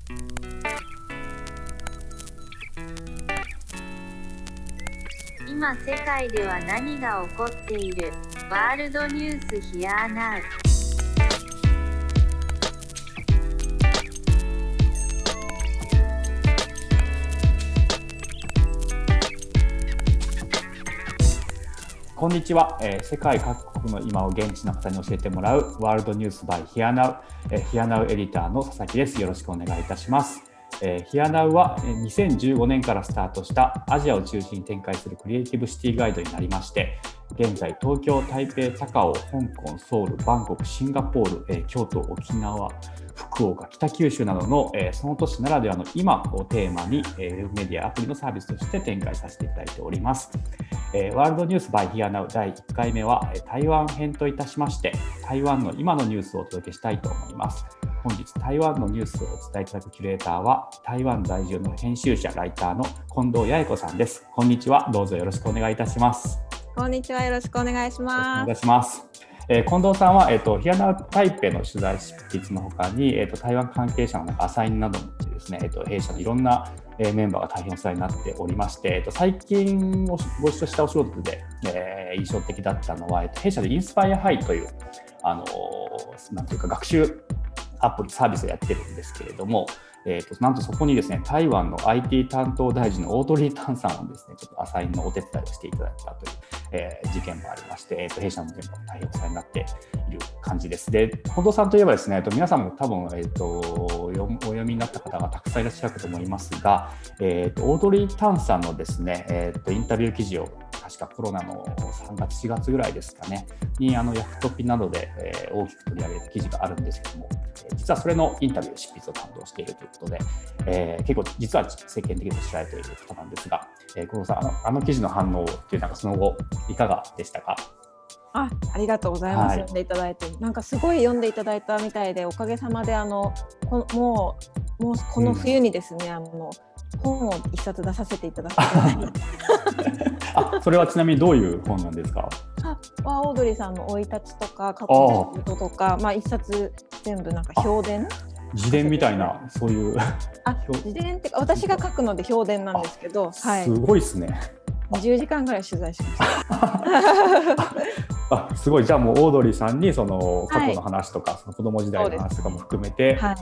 今世界では何が起こっている？ワールドニュースヒアナウ。 こんにちは、世界各国の今を現地の方に教えてもらうワールドニュース by ヒアナウ、ヒアナウエディターの佐々木です。よろしくお願いいたします。ヒアナウは2015年からスタートしたアジアを中心に展開するクリエイティブシティガイドになりまして、現在東京、台北、高雄、香港、ソウル、バンコク、シンガポール、京都、沖縄、福岡、北九州などの、その都市ならではの今をテーマに、ウェブメディアアプリのサービスとして展開させていただいております。ワールドニュース by ヒアナウ第1回目は台湾編といたしまして、台湾の今のニュースをお届けしたいと思います。本日台湾のニュースをお伝えいただくキュレーターは台湾在住の編集者ライターの近藤八重子さんです。こんにちは、どうぞよろしくお願いいたします。 こんにちは、よろしくお願いします。 お願いします。近藤さんは、ヒアナウ台北の取材執筆のほかに、台湾関係者のアサインなどもですね、弊社のいろんなメンバーが大変お世話になっておりまして、最近ご一緒したお仕事で、印象的だったのは、弊社でインスパイアハイというなんていうか学習アプリサービスをやってるんですけれども、なんとそこにですね、台湾の IT 担当大臣のオードリー・タンさんをですね、ちょっとアサインのお手伝いをしていただいたという、事件もありまして、弊社のメンバーも大変お世話になっている感じです。で、近藤さんといえばですね、皆さんも多分、お読みになった方がたくさんいらっしゃるかと思いますが、オードリー・タンさんのですね、インタビュー記事を確かコロナの3月4月ぐらいですかねにヤフトピなどで、大きく取り上げた記事があるんですけども、実はそれのインタビュー執筆を担当しているということで、結構実は世間的に知られている方なんですが、近藤さん、あの記事の反応っていうのはその後いかがでしたか？ ありがとうございます、 はい、 読んでいただいて、なんかすごい読んでいただいたみたいで、おかげさまでもうこの冬にですね、本を一冊出させていただくそれはちなみにどういう本なんですか？ オードリーさんの生い立ちとか過去のこととか、一冊全部なんか評伝、 自伝みたいな、そういう自伝ってか私が書くので評伝なんですけど、はい、 すごいですね。 20時間ぐらい取材しましたすごい。じゃあもうオードリーさんにその過去の話とか、その子供時代の話とかも含めてあって、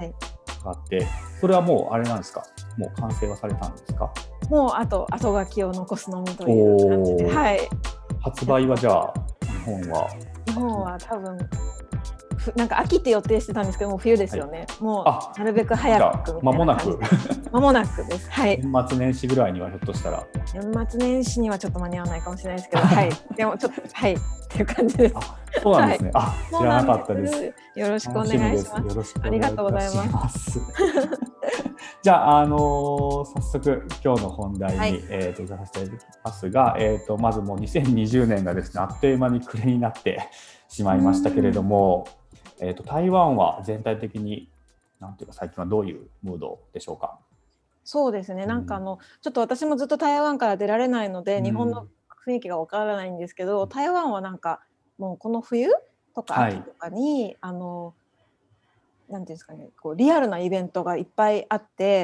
それはもうあれなんですか？もう完成はされたんですか？ もう後書きを残すのみという感じで、はい、発売はじゃあ日本は多分なんか秋って予定してたんですけど、もう冬ですよね、もうなるべく早くみたいな感じで間もなくです、はい、 年末年始ぐらいにはひょっとしたら年末年始にはちょっと間に合わないかもしれないですけど、はい、でもちょっとはいっていう感じです。 そうなんですね、知らなかったです。 よろしくお願いします。ありがとうございます。 じゃあ、早速今日の本題に、伺わせていただきますが、まずもう2020年がですね、あっという間に暮れになってしまいましたけれども、台湾は全体的になんていうか最近はどういうムードでしょうか？ そうですね、なんかちょっと私もずっと台湾から出られないので、日本の雰囲気がわからないんですけど、台湾はなんかもうこの冬とか秋とかに、なんていうんですかね、こうリアルなイベントがいっぱいあって、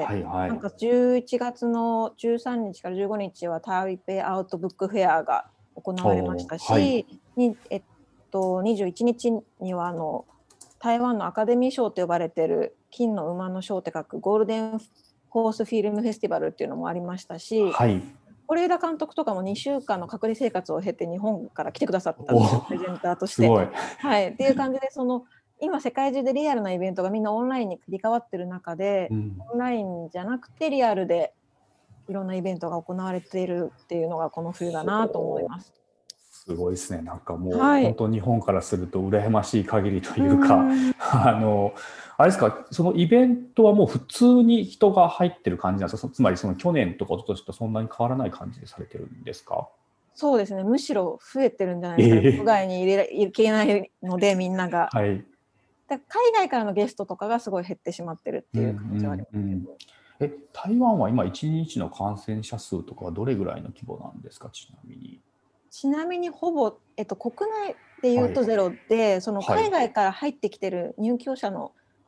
なんか11月の13日から15日は台北アウトブックフェアが行われましたし、21日には台湾のアカデミー賞と呼ばれている金の馬の賞って書くゴールデンホースフィルムフェスティバルっていうのもありましたし、是枝監督とかも2週間の隔離生活を経て日本から来てくださったんですよ、プレゼンターとして。はい、っていう感じで、今世界中でリアルなイベントがみんなオンラインに切り替わってる中で、オンラインじゃなくてリアルでいろんなイベントが行われているっていうのがこの冬だなと思います。 すごいですね。なんかもう、本当日本からすると羨ましい限りというか、あれですか、そのイベントはもう普通に人が入ってる感じなんですか？つまりその去年とか一昨年とそんなに変わらない感じでされてるんですか？ そうですね、むしろ増えてるんじゃないですか、国外に行けないのでみんなが、海外からのゲストとかがすごい減ってしまってるっていう感じはありますけど。 台湾は今1日の感染者数とかはどれぐらいの規模なんですか？ ちなみにほぼ、国内でいうとゼロで、その海外から入ってきてる入居者の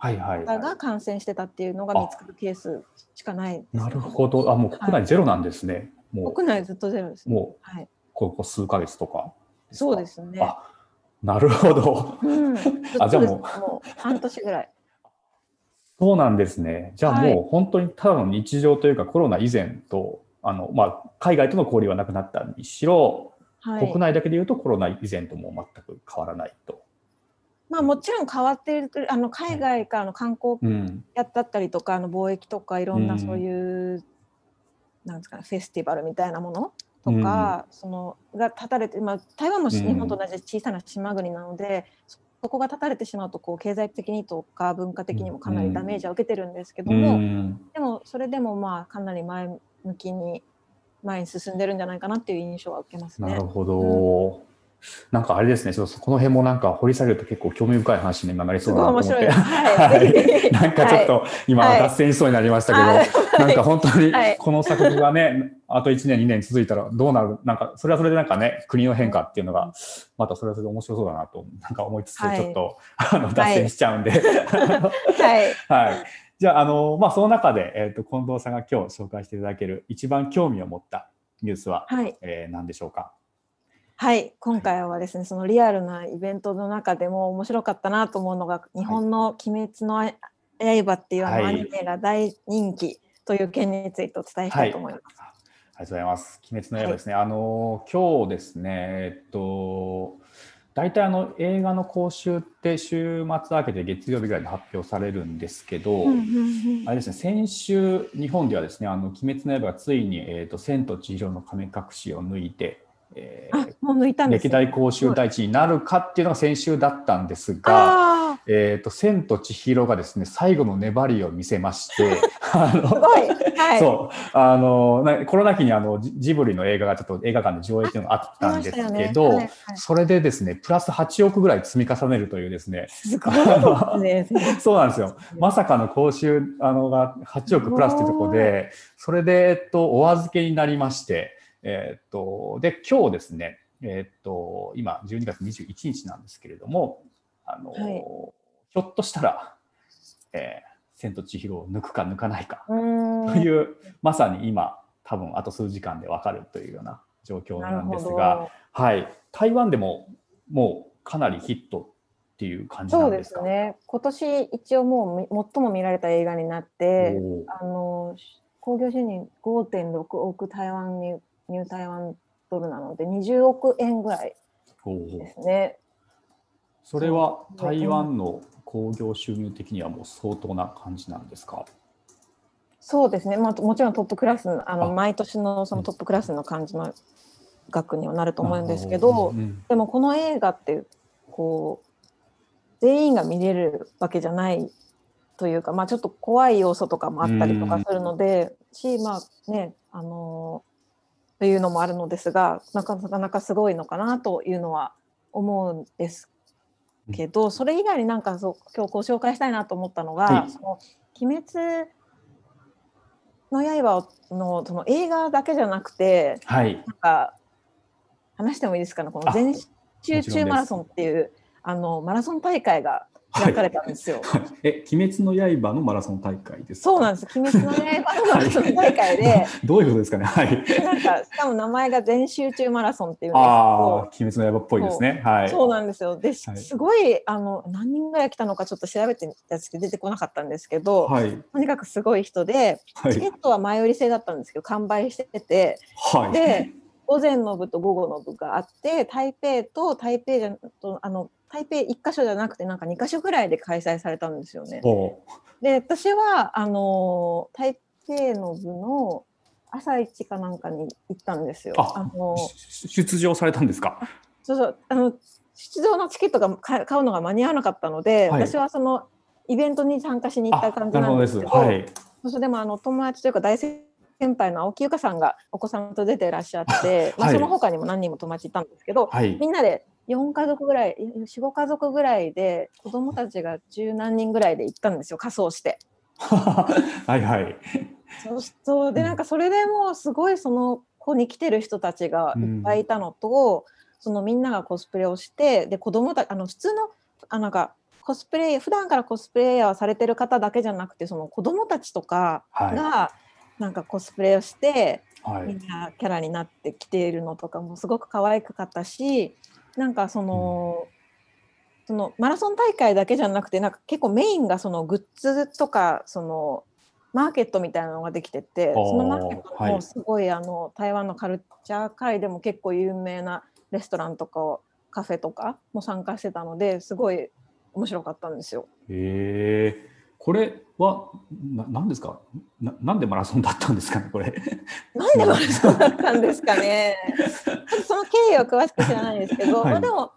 はいはい方が感染してたっていうのが見つかるケースしかないです、ね。 なるほど。もう国内ゼロなんですね。もう国内ずっとゼロですね。 もうここ数ヶ月とかですか。 そうですね。 なるほど。じゃあもう半年ぐらい。 そうなんですね。じゃあもう本当にただの日常というか、コロナ以前と海外との交流はなくなったにしろ、国内だけでいうとコロナ以前とも全く変わらないと。 もちろん変わっている、海外からの観光だったりとか、貿易とかいろんなそういう、なんですかね、フェスティバルみたいなものとか、が断たれて、台湾も日本と同じ小さな島国なので、そこが断たれてしまうと経済的にとか文化的にもかなりダメージは受けてるんですけども、でもそれでもかなり前向きに前に進んでるんじゃないかなっていう印象は受けますね。 なるほど。なんかあれですね、この辺もなんか掘り下げると結構興味深い話に今なりそうだなと思って。なんかちょっと今脱線しそうになりましたけど、なんか本当にこの作品がね、あと1年2年続いたらどうなる、なんかそれはそれでなんかね、国の変化っていうのがまたそれはそれで面白そうだなとなんか思いつつ、ちょっと脱線しちゃうんで。はい。じゃあその中で近藤さんが今日紹介していただける一番興味を持ったニュースは何でしょうか。 はい、今回はですね、そのリアルなイベントの中でも面白かったなと思うのが、日本の鬼滅の刃っていうアニメが大人気という件についてお伝えしたいと思います。 ありがとうございます。鬼滅の刃ですね。今日ですね、大体映画の講習って週末明けて月曜日ぐらいに発表されるんですけど、あれですね、先週日本ではですね、鬼滅の刃がついに千と千尋の神隠しを抜いて、歴代講習第一になるかっていうのが先週だったんですが、千と千尋がですね最後の粘りを見せましてコロナ期にジブリの映画がちょっと映画館で上映っていうのがあったんですけど、それでですねプラス8億ぐらい積み重ねるというですね、そうなんですよ。まさかの講習が8億プラスというところで、それでお預けになりまして、で今日ですね、今12月21日なんですけれども、ひょっとしたら、千と千尋を抜くか抜かないかというまさに今多分あと数時間で分かるというような状況なんですが、台湾でももうかなりヒットっていう感じなんですか。 そうですね。今年一応もう最も見られた映画になって、興行収入 5.6 億台湾ニュー台湾ドルなので20億円ぐらいですね。 それは台湾の興行収入的にはもう相当な感じなんですか。 そうですね、もちろんトップクラス毎年のそのトップクラスの感じの額にはなると思うんですけど、でもこの映画って全員が見れるわけじゃないというか、ちょっと怖い要素とかもあったりとかするので、というのもあるのですが、なかなかすごいのかなというのは思うんですけど、それ以外に今日ご紹介したいなと思ったのが、その鬼滅の刃のその映画だけじゃなくて、なんか話してもいいですかね、この全集中マラソンっていうマラソン大会が開かれたんですよ。 鬼滅の刃のマラソン大会ですか。 そうなんです。鬼滅の刃のマラソン大会で、 どういうことですかね。 しかも名前が全集中マラソンっていうんですけど、鬼滅の刃っぽいですね。 そうなんですよ。すごい何人ぐらい来たのかちょっと調べてみたんですけど出てこなかったんですけど、とにかくすごい人で、チケットは前売り制だったんですけど完売してて、で午前の部と午後の部があって、台北1カ所じゃなくて2カ所ぐらいで開催されたんですよね。で私は台北の部の朝一かなんかに行ったんですよ。 出場されたんですか。 そう出場のチケットが買うのが間に合わなかったので、私はそのイベントに参加しに行った感じなんですけど、でも友達というか大先輩の青木由香さんがお子さんと出ていらっしゃって、その他にも何人も友達いたんですけど、みんなで4家族ぐらい、4、5家族ぐらいで子供たちが10何人ぐらいで行ったんですよ、仮装して。そうでそれでもうすごいその子に来てる人たちがいっぱいいたのと、そのみんながコスプレをして、で子供たち普通のコスプレ普段からコスプレイヤーされてる方だけじゃなくて、その子どもたちとかがなんかコスプレをして、みんなキャラになってきているのとかもすごく可愛かったし、なんかそのマラソン大会だけじゃなくて、なんか結構メインがそのグッズとかそのマーケットみたいなのができてて、そのマーケットもすごい台湾のカルチャー界でも結構有名なレストランとかカフェとかも参加してたので、すごい面白かったんですよ。 これは何ですか？なんでマラソンだったんですかね、これ。 なんでマラソンだったんですかね。その経緯は詳しく知らないですけど、でも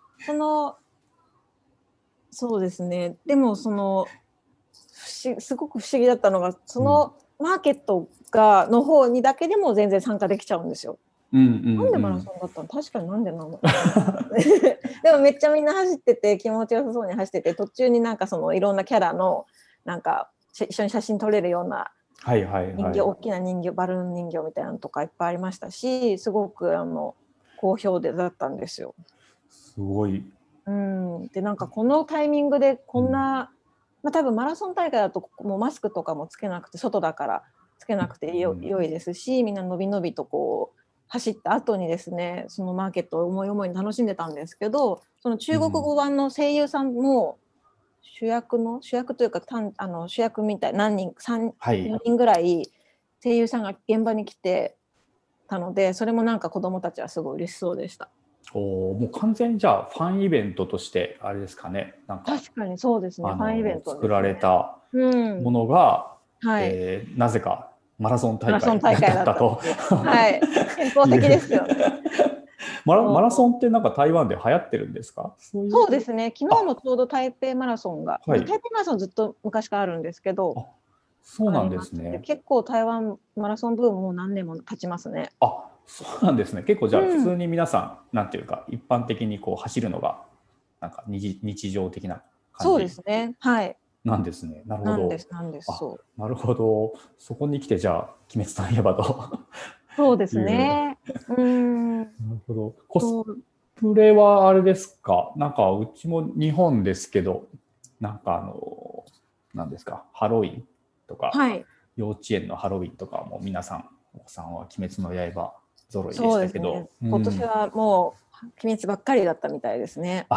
そうですね。でもすごく不思議だったのが、そのマーケットの方にだけでも全然参加できちゃうんですよ。なんでマラソンだったの？確かになんでなのでもめっちゃみんな走ってて気持ちよさそうに走ってて、途中になんかそのいろんなキャラのなんか一緒に写真撮れるような人形、大きな人形、バルーン人形みたいなのとかいっぱいありましたし、すごく好評だったんですよ。 すごい。 でなんかこのタイミングでこんな、多分マラソン大会だともうマスクとかもつけなくて、外だからつけなくて良いですし、みんなのびのびとこう走った後にですね、そのマーケットを思い思いに楽しんでたんですけど、その中国語版の声優さんも主役というか主役みたい何人3、4人ぐらい声優さんが現場に来てたので、それもなんか子どもたちはすごい嬉しそうでした。 もう完全にじゃあファンイベントとしてあれですかね。なんか確かにそうですね。ファンイベント、 作られたものが、なぜかマラソン大会だったと。 健康的ですよね。 マラソンってなんか台湾で流行ってるんですか？ そうですね。昨日もちょうど台北マラソンが、台北マラソンずっと昔からあるんですけど、 そうなんですね。 結構台湾マラソンブームも何年も経ちますね。 そうなんですね。結構じゃあ普通に皆さん、なんていうか一般的にこう走るのがなんか日常的な感じ。 そうですね。 なんですね。なるほど。なるほど。そこに来てじゃあ鬼滅の刃と。 そうですね。 なるほど。コスプレはあれですか？なんかうちも日本ですけど、なんかなんですか、ハロウィンとか、幼稚園のハロウィンとかも皆さんお子さんは鬼滅の刃揃いでしたけど、 今年はもう鬼滅ばっかりだったみたいですね。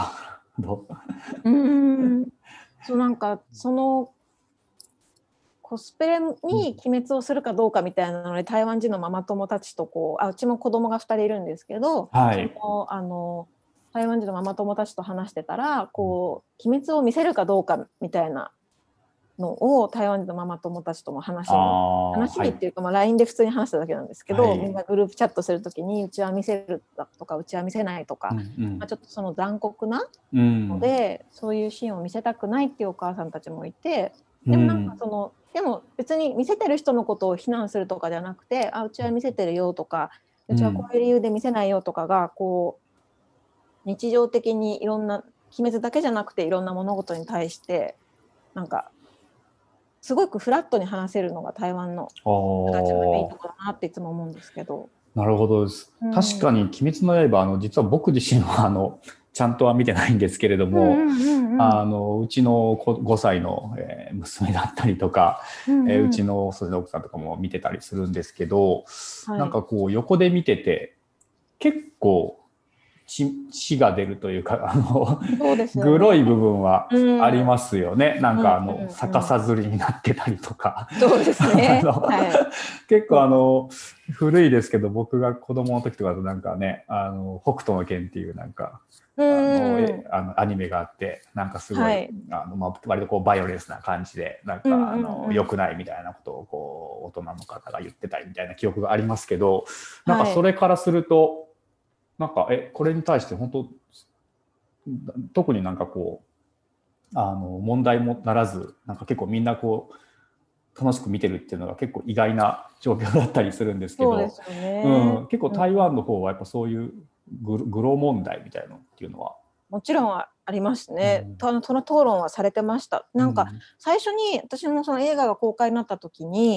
そうなんかそのコスプレに鬼滅をするかどうかみたいなので、台湾人のママ友たちとうちも子供が2人いるんですけど、台湾人のママ友たちと話してたら、鬼滅を見せるかどうかみたいなのを台湾人のママ友たちとも話にっていうか、LINE で普通に話しただけなんですけど、みんなグループチャットするときにうちは見せるとかうちは見せないとか、ちょっとその残酷なので、そういうシーンを見せたくないっていうお母さんたちもいて、でもなんかでも別に見せてる人のことを非難するとかではなくて、うちは見せてるよとか、うちはこういう理由で見せないよとかが日常的にいろんな鬼滅だけじゃなくていろんな物事に対してなんかすごくフラットに話せるのが台湾の人たちのいいところだなっていつも思うんですけど。 なるほどです。確かに鬼滅の刃実は僕自身はちゃんとは見てないんですけれども、うちの5歳の娘だったりとか、うちの奥さんとかも見てたりするんですけど、なんか横で見てて結構血が出るというか黒い部分はありますよね。なんか逆さずりになってたりとか。 そうですね。 結構古いですけど、僕が子供の時とかだとなんかね、北斗の拳っていうなんかアニメがあって、なんかすごい割とバイオレンスな感じでなんか良くないみたいなことを大人の方が言ってたりみたいな記憶がありますけど、なんかそれからするとなんかこれに対して本当特になんか問題もならず、なんか結構みんな楽しく見てるっていうのが結構意外な状況だったりするんですけど、結構台湾の方はやっぱそういうグロ問題みたいなのっていうのはもちろんありますね。その討論はされてました。なんか最初に私もその映画が公開になった時に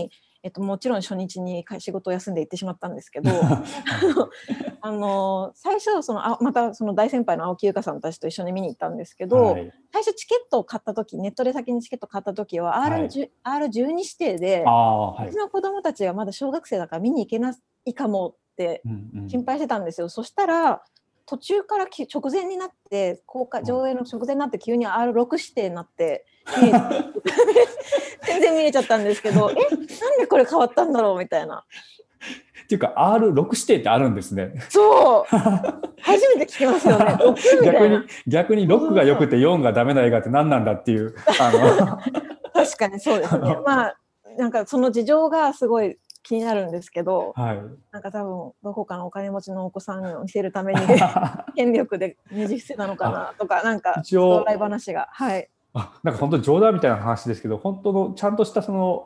もちろん初日に仕事を休んで行ってしまったんですけど最初またその大先輩の青木優香さんたちと一緒に見に行ったんですけど、最初チケットを買った時、ネットで先にチケット買った時は R12 指定で、うちの子供たちがまだ小学生だから見に行けないかもって心配してたんですよ。そしたら途中から直前になって上映の直前になって急に R6 指定になって全然見れちゃったんですけどなんでこれ変わったんだろうみたいな。 っていうか R6 指定ってあるんですね。 そう初めて聞きますよね。 逆に6が良くて4がダメな映画って何なんだっていう確かにそうですね。まあなんかその事情がすごい気になるんですけど、なんか多分どこかのお金持ちのお子さんを見せるために権力でねじ伏せたのかなとか、なんか笑い話がなんか本当冗談みたいな話ですけど、本当のちゃんとしたその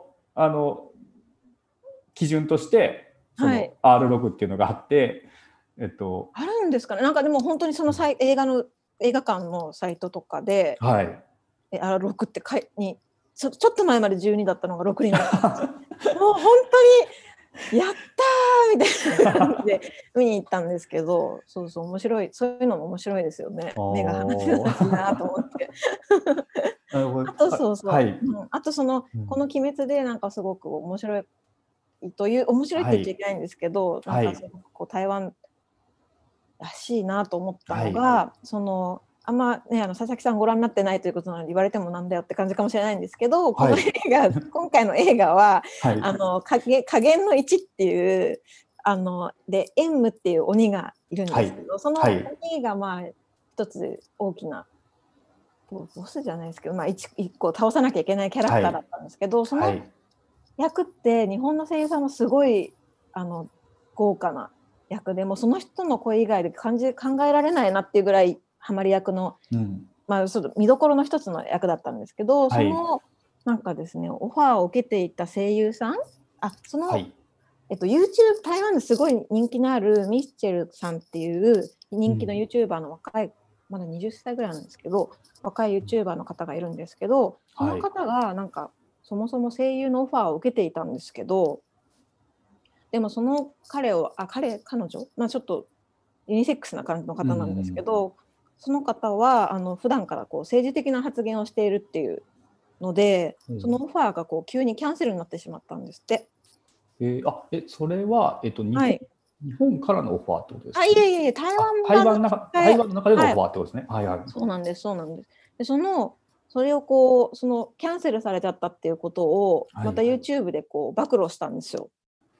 基準としてその R6 っていうのがあって、 あるんですかね。なんかでも本当にその映画館のサイトとかで、R6 ってちょっと前まで12だったのが6になったんですよ。もう本当にやったーみたいな感じで見に行ったんですけど、そうそう面白い、そういうのも面白いですよね。目が離せないなと思って。あとあとこの鬼滅でなんかすごく面白いって言っちゃいけないんですけど、なんかすごくこう台湾らしいなと思ったのが、あんまね佐々木さんご覧になってないということなので言われてもなんだよって感じかもしれないんですけど、この今回の映画は加減の1っていうでエンムっていう鬼がいるんですけど、その鬼がまあ一つ大きなボスじゃないですけど、一個倒さなきゃいけないキャラクターだったんですけど、その役って日本の声優さんもすごい豪華な役で、もその人の声以外で考えられないなっていうぐらいハマり役の、見どころの一つの役だったんですけど、そのなんかですねオファーを受けていた声優さん、YouTube 台湾ですごい人気のあるミッチェルさんっていう人気の YouTuber の若い、まだ20歳ぐらいなんですけど、若い YouTuber の方がいるんですけど、その方がなんかそもそも声優のオファーを受けていたんですけど、でもその彼女、ちょっとユニセックスな感じの方なんですけど、その方は普段からこう政治的な発言をしているっていうので、そのオファーがこう急にキャンセルになってしまったんですって。 それは、日本からのオファーってことですか？ いえ台湾の中でのオファーってことですね。 そうなんです。でそれをこうキャンセルされちゃったっていうことをまた YouTube でこう暴露したんですよ。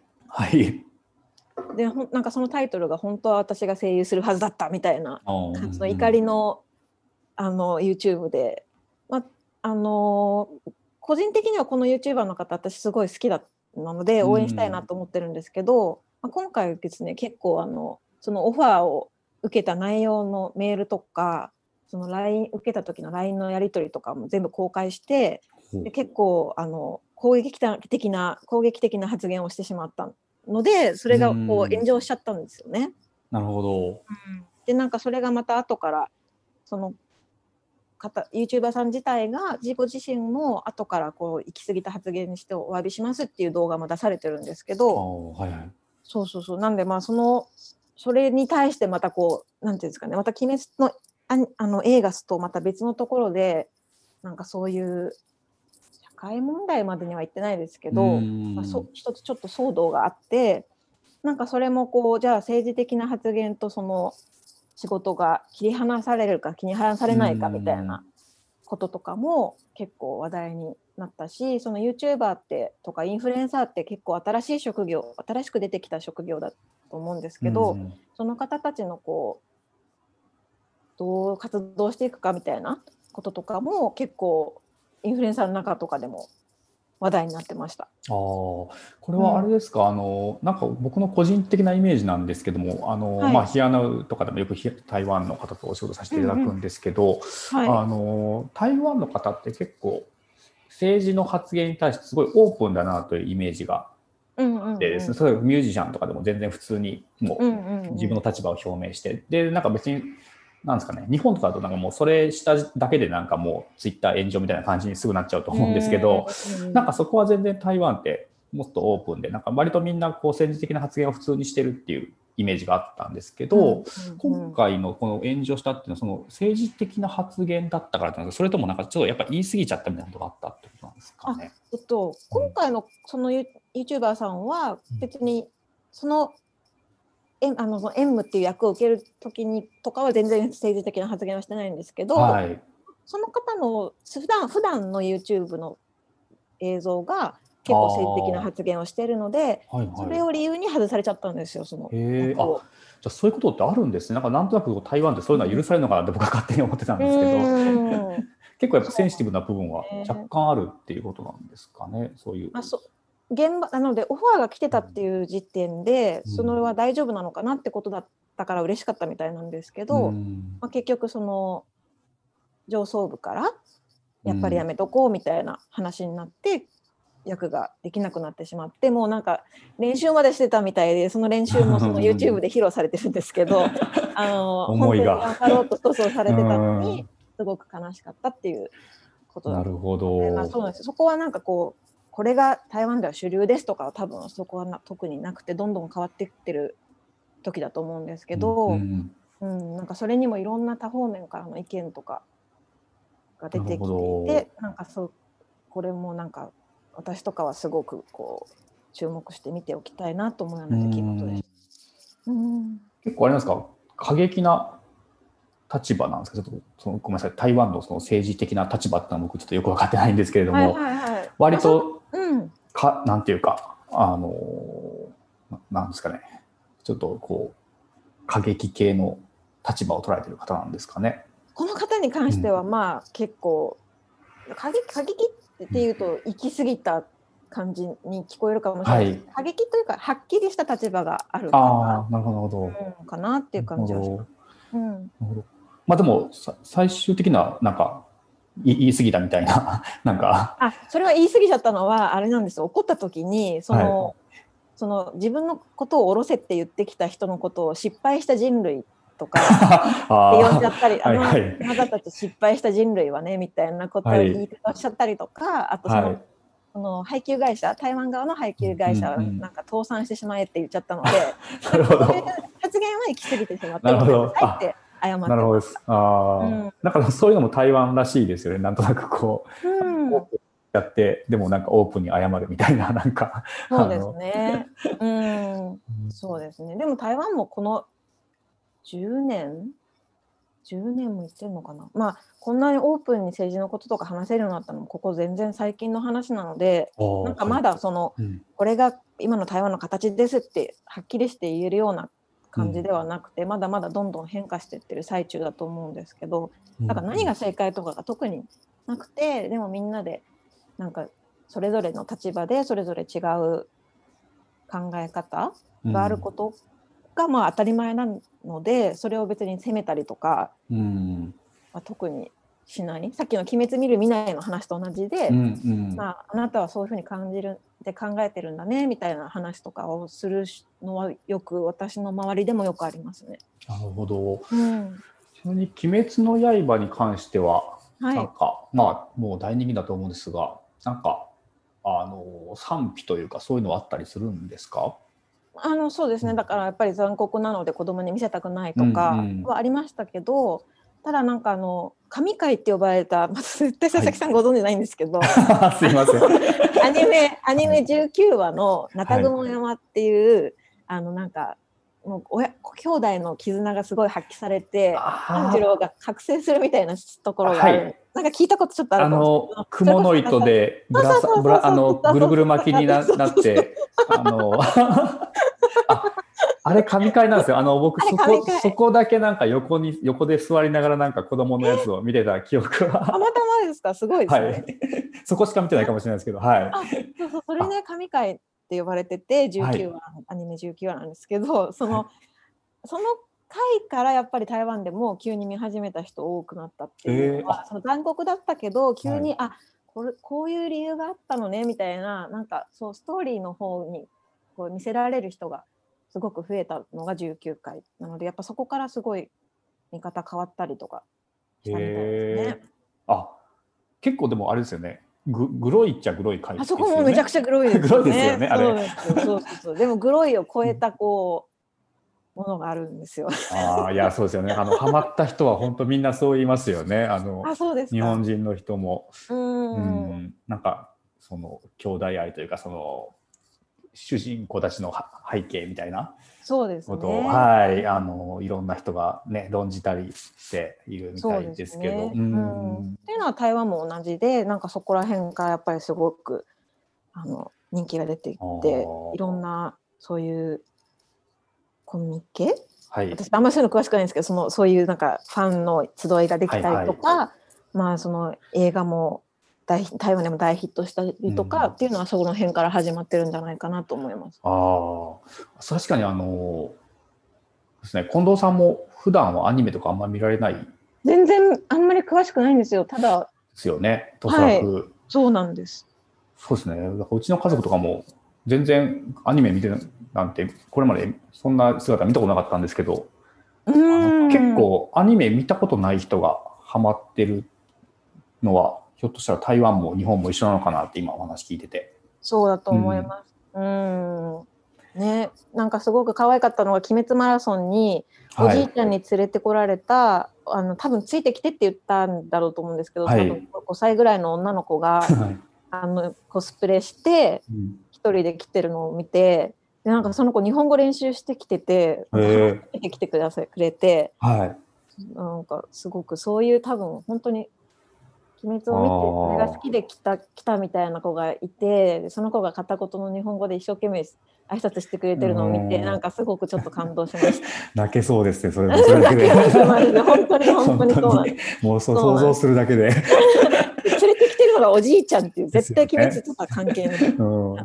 でなんかそのタイトルが本当は私が声優するはずだったみたいな感じの怒りのYouTube で、個人的にはこの YouTuber の方私すごい好きなので応援したいなと思ってるんですけど、今回ですね結構そのオファーを受けた内容のメールとかその LINE 受けた時の LINE のやり取りとかも全部公開して、で結構攻撃的な発言をしてしまったので、それがこう炎上しちゃったんですよね。 なるほど。 でなんかそれがまた後からそのYouTuber さん自体が自身も後からこう行き過ぎた発言にしてお詫びしますっていう動画も出されてるんですけど、そうなんでそれに対してまたこうなんていうんですかね、また鬼滅の映画とまた別のところでなんかそういう社会問題までには言ってないですけど、一つちょっと騒動があって、なんかそれもこうじゃあ政治的な発言とその仕事が切り離されるか切り離されないかみたいなこととかも結構話題になったし、その YouTuber ってとかインフルエンサーって結構新しく出てきた職業だと思うんですけど、その方たちのこうどう活動していくかみたいなこととかも結構インフルエンサーの中とかでも話題になってました。 これはあれですか、なんか僕の個人的なイメージなんですけども、ヒアナウとかでもよく台湾の方とお仕事させていただくんですけど、台湾の方って結構政治の発言に対してすごいオープンだなというイメージがあってですね、それミュージシャンとかでも全然普通にもう自分の立場を表明して、でなんか別になんですかね、日本とかだとなんかもうそれしただけでなんかもうツイッター炎上みたいな感じにすぐなっちゃうと思うんですけど、なんかそこは全然台湾ってもっとオープンで、なんか割とみんなこう政治的な発言を普通にしてるっていうイメージがあったんですけど、今回のこの炎上したっていうのはその政治的な発言だったからなんですか、それともなんかちょっとやっぱ言い過ぎちゃったみたいなことがあったってことなんですかね。 今回のそのYouTuber さんは別にそのそのエムっていう役を受ける時にとかは全然政治的な発言はしてないんですけど、 はい、 その方の普段の YouTube の映像が結構政治的な発言をしているので、はいはい、それを理由に外されちゃったんですよ、その役を。 じゃあそういうことってあるんですね。なんとなく台湾ってそういうのは許されるのかなって僕は勝手に思ってたんですけど、結構やっぱセンシティブな部分は若干あるっていうことなんですかね。そういう現場なのでオファーが来てたっていう時点で、それは大丈夫なのかなってことだったから嬉しかったみたいなんですけど、結局その上層部からやっぱりやめとこうみたいな話になって、役ができなくなってしまって、もうなんか練習までしてたみたいで、その練習もその YouTube で披露されてるんですけど本当に頑張ろうとされてたのにすごく悲しかったっていうことだった。 なるほど。 そうなんです。そこはなんかこれが台湾では主流ですとかは多分そこは特になくて、どんどん変わっていってる時だと思うんですけど、なんかそれにもいろんな多方面からの意見とかが出てきていて、なんかこれもなんか私とかはすごく注目して見ておきたいなと思うような出来事でした。 結構あれなんですか、過激な立場なんですか。ちょっとごめんなさい、台湾のその政治的な立場ってのは僕ちょっとよく分かってないんですけれども、割となんていうかなんですかね、ちょっと過激系の立場を捉えている方なんですかね。 この方に関してはまあ結構過激っていうと行き過ぎた感じに聞こえるかもしれないです。過激というかはっきりした立場があるかなっていう感じはします。 まあでも最終的にはなんか言い過ぎたみたいななんかそれは言い過ぎちゃったのはあれなんですよ。怒った時にその自分のことを下ろせって言ってきた人のことを失敗した人類とかって呼んじゃったり、あなたたち失敗した人類はねみたいなことを言い方しちゃったりとか、あとその配給会社、台湾側の配給会社はなんか倒産してしまえって言っちゃったので、そういう発言は行き過ぎてしまってごめんなさいって謝ってます。 なるほどです。だからそういうのも台湾らしいですよね。なんとなくやってでもなんかオープンに謝るみたいな、なんかそうですね。そうですね。でも台湾もこの10年も言ってるのかな。まあこんなにオープンに政治のこととか話せるようになったのもここ全然最近の話なので、なんかまだこれが今の台湾の形ですってはっきりして言えるような感じではなくて、まだまだどんどん変化していってる最中だと思うんですけど、だから何が正解とかが特になくて、でもみんなでなんかそれぞれの立場でそれぞれ違う考え方があることがまあ当たり前なので、それを別に責めたりとかは特にしない。さっきの鬼滅見る見ないの話と同じで、あなたはそういうふうに感じるで考えてるんだねみたいな話とかをするのはよく私の周りでもよくありますね。 なるほど。ちなみに鬼滅の刃に関してはなんかまあもう大人気だと思うんですが、なんか賛否というかそういうのはあったりするんですか？ そうですね。だからやっぱり残酷なので子供に見せたくないとかはありましたけど、ただなんか神回って呼ばれた、絶対佐々木さんご存じないんですけど、 すいません。 アニメ19話の中雲山っていう、なんかもう兄弟の絆がすごい発揮されて、炭治郎が覚醒するみたいなところがある。なんか聞いたことちょっとあるかもしれない。 クモの糸でぐるぐる巻きになってあれ神回なんですよ。僕そこだけなんか横で座りながらなんか子供のやつを見てた記憶は。 たまたまですか？すごいですね。 そこしか見てないかもしれないですけど、 それね神回って呼ばれてて19話、アニメ19話なんですけど、その回からやっぱり台湾でも急に見始めた人多くなったっていうのは、その残酷だったけど急にこういう理由があったのねみたいな、なんかそうストーリーの方に見せられる人がすごく増えたのが19回なので、やっぱそこからすごい見方変わったりとかしたみたいですね。 結構でもあれですよね。 グロいっちゃグロい回ですよね。 あそこもめちゃくちゃグロいですよね。 グロいですよね、あれ。 そうですよ、そうそうそう。でもグロいを超えたこうものがあるんですよ。 いや、そうですよね。ハマった人は本当みんなそう言いますよね。 そうですか。 日本人の人も、なんかその兄弟愛というか、その主人公たちの背景みたいなことを、いろんな人がね論じたりしているみたいですけど。っていうのは台湾も同じで、なんかそこら辺からやっぱりすごく人気が出ていって、いろんなそういうコミケ、私あんまりそういうの詳しくないんですけど、そういうなんかファンの集いができたりとか、まあその映画も台湾でも大ヒットしたりとかっていうのはその辺から始まってるんじゃないかなと思います。 確かにですね、近藤さんも普段はアニメとかあんまり見られない？ 全然あんまり詳しくないんですよ。ただですよね。おそらく、 そうなんです。 そうですね。うちの家族とかも全然アニメ見てるなんてこれまでそんな姿見たことなかったんですけど、結構アニメ見たことない人がハマってるのはひょっとしたら台湾も日本も一緒なのかなって今お話聞いてて。 そうだと思います。ね、なんかすごく可愛かったのが鬼滅マラソンにおじいちゃんに連れてこられた、多分ついてきてって言ったんだろうと思うんですけど、多分5歳ぐらいの女の子がコスプレして一人で来てるのを見て、でなんかその子日本語練習してきてて、出てきてくれて、なんかすごくそういう多分本当に鬼滅を見てそれが好きで来たみたいな子がいて、その子が片言の日本語で一生懸命挨拶してくれてるのを見て、なんかすごくちょっと感動しました。 泣けそうですね、それだけで。 本当にそうなんです。 もう想像するだけで。 連れてきてるのがおじいちゃんっていう、絶対鬼滅とか関係ない。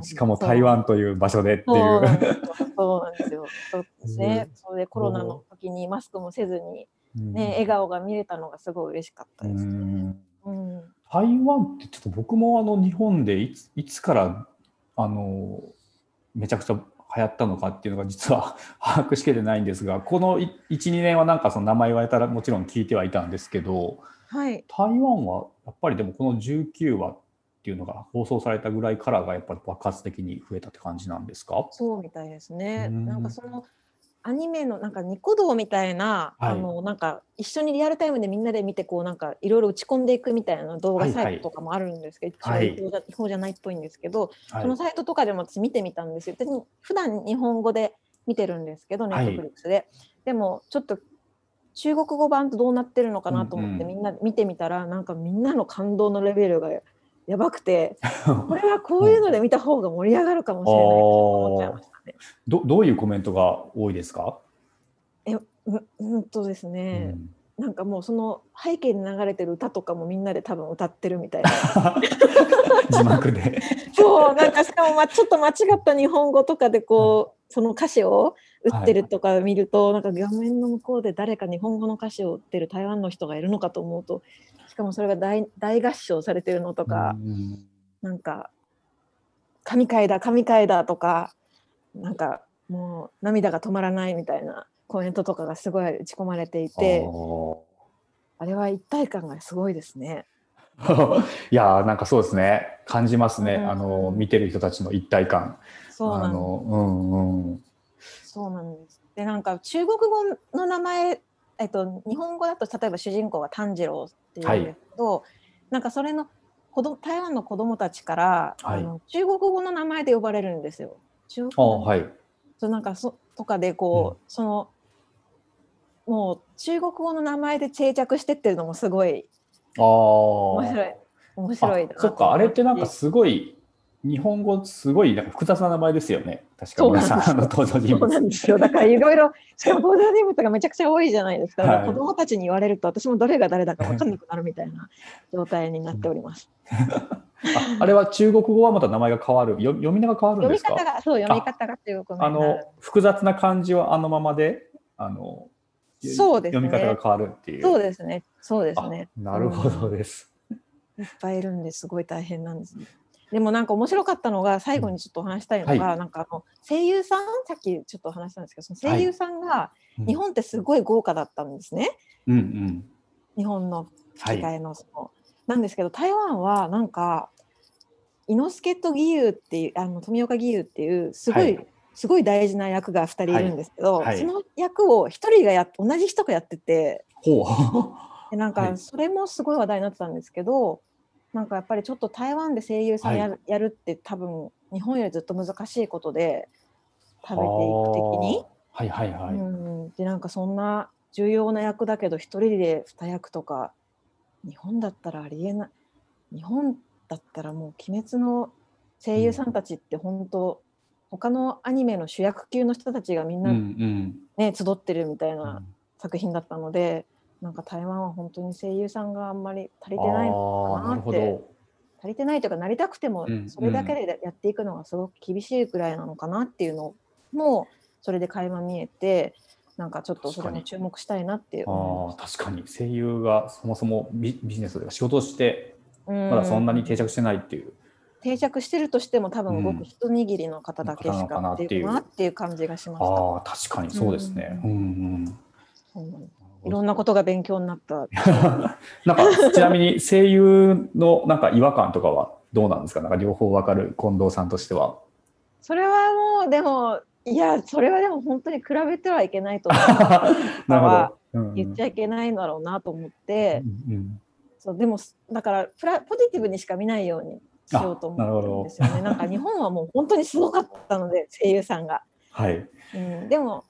しかも台湾という場所でっていう。 そうなんですよ。それでコロナの時にマスクもせずに笑顔が見れたのがすごい嬉しかったです。 台湾ってちょっと僕も日本でいつからめちゃくちゃ流行ったのかっていうのが実は把握しきれてないんですが、この 1,2 年はなんかその名前言われたらもちろん聞いてはいたんですけど、台湾はやっぱりでもこの19話っていうのが放送されたぐらいからがやっぱり爆発的に増えたって感じなんですか？ そうみたいですね。なんかそのアニメのなんかニコ動みたいな、なんか一緒にリアルタイムでみんなで見てこうなんかいろいろ打ち込んでいくみたいな動画サイトとかもあるんですけど、違法じゃないっぽいんですけど、そのサイトとかでも私見てみたんですよ。普段日本語で見てるんですけど、ネットフリックスで。でもちょっと中国語版とどうなってるのかなと思ってみんな見てみたら、なんかみんなの感動のレベルがやばくて、これはこういうので見た方が盛り上がるかもしれないと思っちゃいましたね。 どういうコメントが多いですか？ ですね、なんかもうその背景に流れてる歌とかもみんなで多分歌ってるみたいな字幕でそうなんかしかもちょっと間違った日本語とかでこうその歌詞を打ってるとか見ると、なんか画面の向こうで誰か日本語の歌詞を打ってる台湾の人がいるのかと思うと、しかもそれが大合唱されてるのとか、なんか神回だとか、なんかもう涙が止まらないみたいなコメントとかがすごい打ち込まれていて、あれは一体感がすごいですね。 いやなんかそうですね、感じますね、見てる人たちの一体感。 そうなんです。でなんか中国語の名前、日本語だと例えば主人公は炭治郎っていうんですけど、なんかそれの台湾の子供たちから、中国語の名前で呼ばれるんですよ。中国語なんかとかでこう、そのもう中国語の名前で定着してってるのもすごい面白いな。 そっか、あれってなんかすごい日本語すごいなんか複雑な名前ですよね。確か皆さん登場人物。 そうなんですよ。だからいろいろしかも登場人物がめちゃくちゃ多いじゃないですか。子供たちに言われると私もどれが誰だか分かんなくなるみたいな状態になっております。 あれは中国語はまた名前が変わる、読み名が変わるんですか？ 読み方が中国語複雑な漢字はままでそうですね、 読み方が変わるっていう。 そうですね。 なるほどです。 いっぱいいるんですごい大変なんですね。でもなんか面白かったのが最後にちょっとお話したいのが、なんか声優さん、さっきちょっと話したんですけど、その声優さんが日本ってすごい豪華だったんですね。日本の吹き替えのなんですけど、台湾はなんか伊之助と義勇っていう富岡義勇っていうすはいごい大事な役が2人いるんですけど、 はいはいその役を1人が同じ人がやってて、 ほうでなんはいかそれもすごい話題になってたんですけど、なんかやっぱりちょっと台湾で声優さんはいやるって多分日本よりずっと難しいことで、食べていく的に、 はいはいはい、 でなんかそんな重要な役だけど1人で2役とか、日本だったらありえない。日本だったらもう鬼滅の声優さんたちって本当、他のアニメの主役級の人たちがみんうんなうんね、集ってるみたいうんな作品だったので、なんか台湾は本当に声優さんがあんまり足りてないのかななって、 るほど、 足りてないというかなりたくてもうんそれだけでやっていくのがすごく厳しいくらいなのかなっていうのもそれで垣間見えて、なんかちょっとそれも注目したいなって思いま確かに声優がそもそもビジネスで仕事をしてす。 まだそんなに定着してないっていう定着してるとしても多分ごく一握りの方だけしかっていうかなっていう感じがしました。 確かにそうですね。 いろんなことが勉強になった。 なんかちなみに声優のなんか違和感とかはどうなんですか？なんか両方わかる近藤さんとしては。 それはもうでもそれはでも本当に比べてはいけないと思う。 なるほど。 言っちゃいけないんだろうなと思って、そうでもだからポジティブにしか見ないようにしようと思ってるんですよね。なんか日本はもう本当にすごかったので声優さんが。 はい。 でも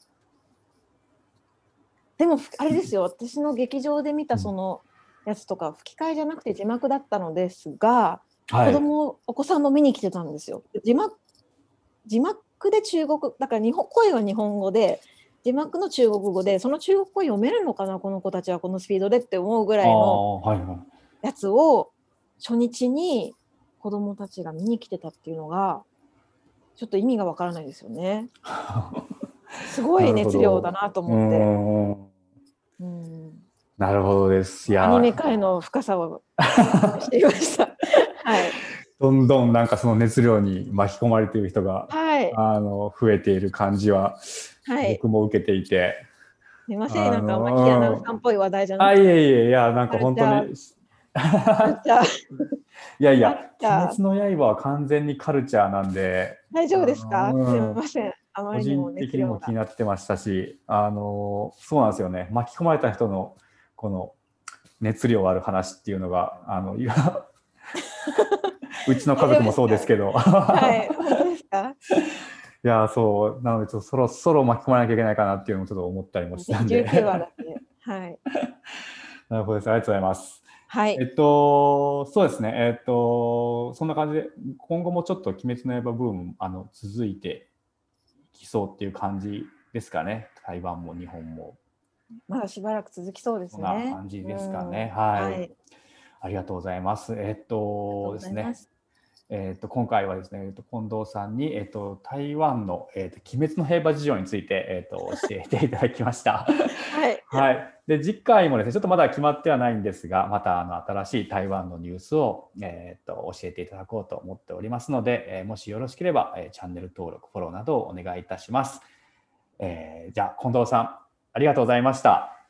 あれですよ、私の劇場で見たそのやつとか吹き替えじゃなくて字幕だったのですが、お子さんも見に来てたんですよ。字幕で中国だから声は日本語で字幕の中国語で、その中国語読めるのかなこの子たちはこのスピードでって思うぐらいのやつを初日に子どもたちが見に来てたっていうのがちょっと意味がわからないですよね。すごい熱量だなと思って。 なるほどです。 アニメ界の深さを知りました。はい。 どんどんなんかその熱量に巻き込まれている人が、増えている感じは、僕も受けていて。 すみません、なんか牧アナウンサーっぽい話題じゃなくて。いやなんか本当に。いや鬼滅の刃は完全にカルチャーなんで。 大丈夫ですか？すみません。あまりにも個人的にも気になってましたし、そうなんですよね。巻き込まれた人のこの熱量ある話っていうのがうちの家族もそうですけど。 はい、本当ですか？ いやそうなのでそろそろ巻き込まなきゃいけないかなっていうのもちょっと思ったりもしたんで。 19話だって。はい。 なるほどです。ありがとうございます。 はい。 そうですね。そんな感じで今後もちょっと鬼滅の刃ブーム続いていきそうっていう感じですかね。台湾も日本も。 まだしばらく続きそうですね。 そんな感じですかね。はい。ありがとうございます。ですね。今回はですね、近藤さんに台湾の鬼滅の平和事情について教えていただきました。 はい。 はい。で次回もですね、ちょっとまだ決まってはないんですが、また新しい台湾のニュースを教えていただこうと思っておりますので、もしよろしければチャンネル登録、フォローなどをお願いいたします。じゃあ近藤さん、ありがとうございました。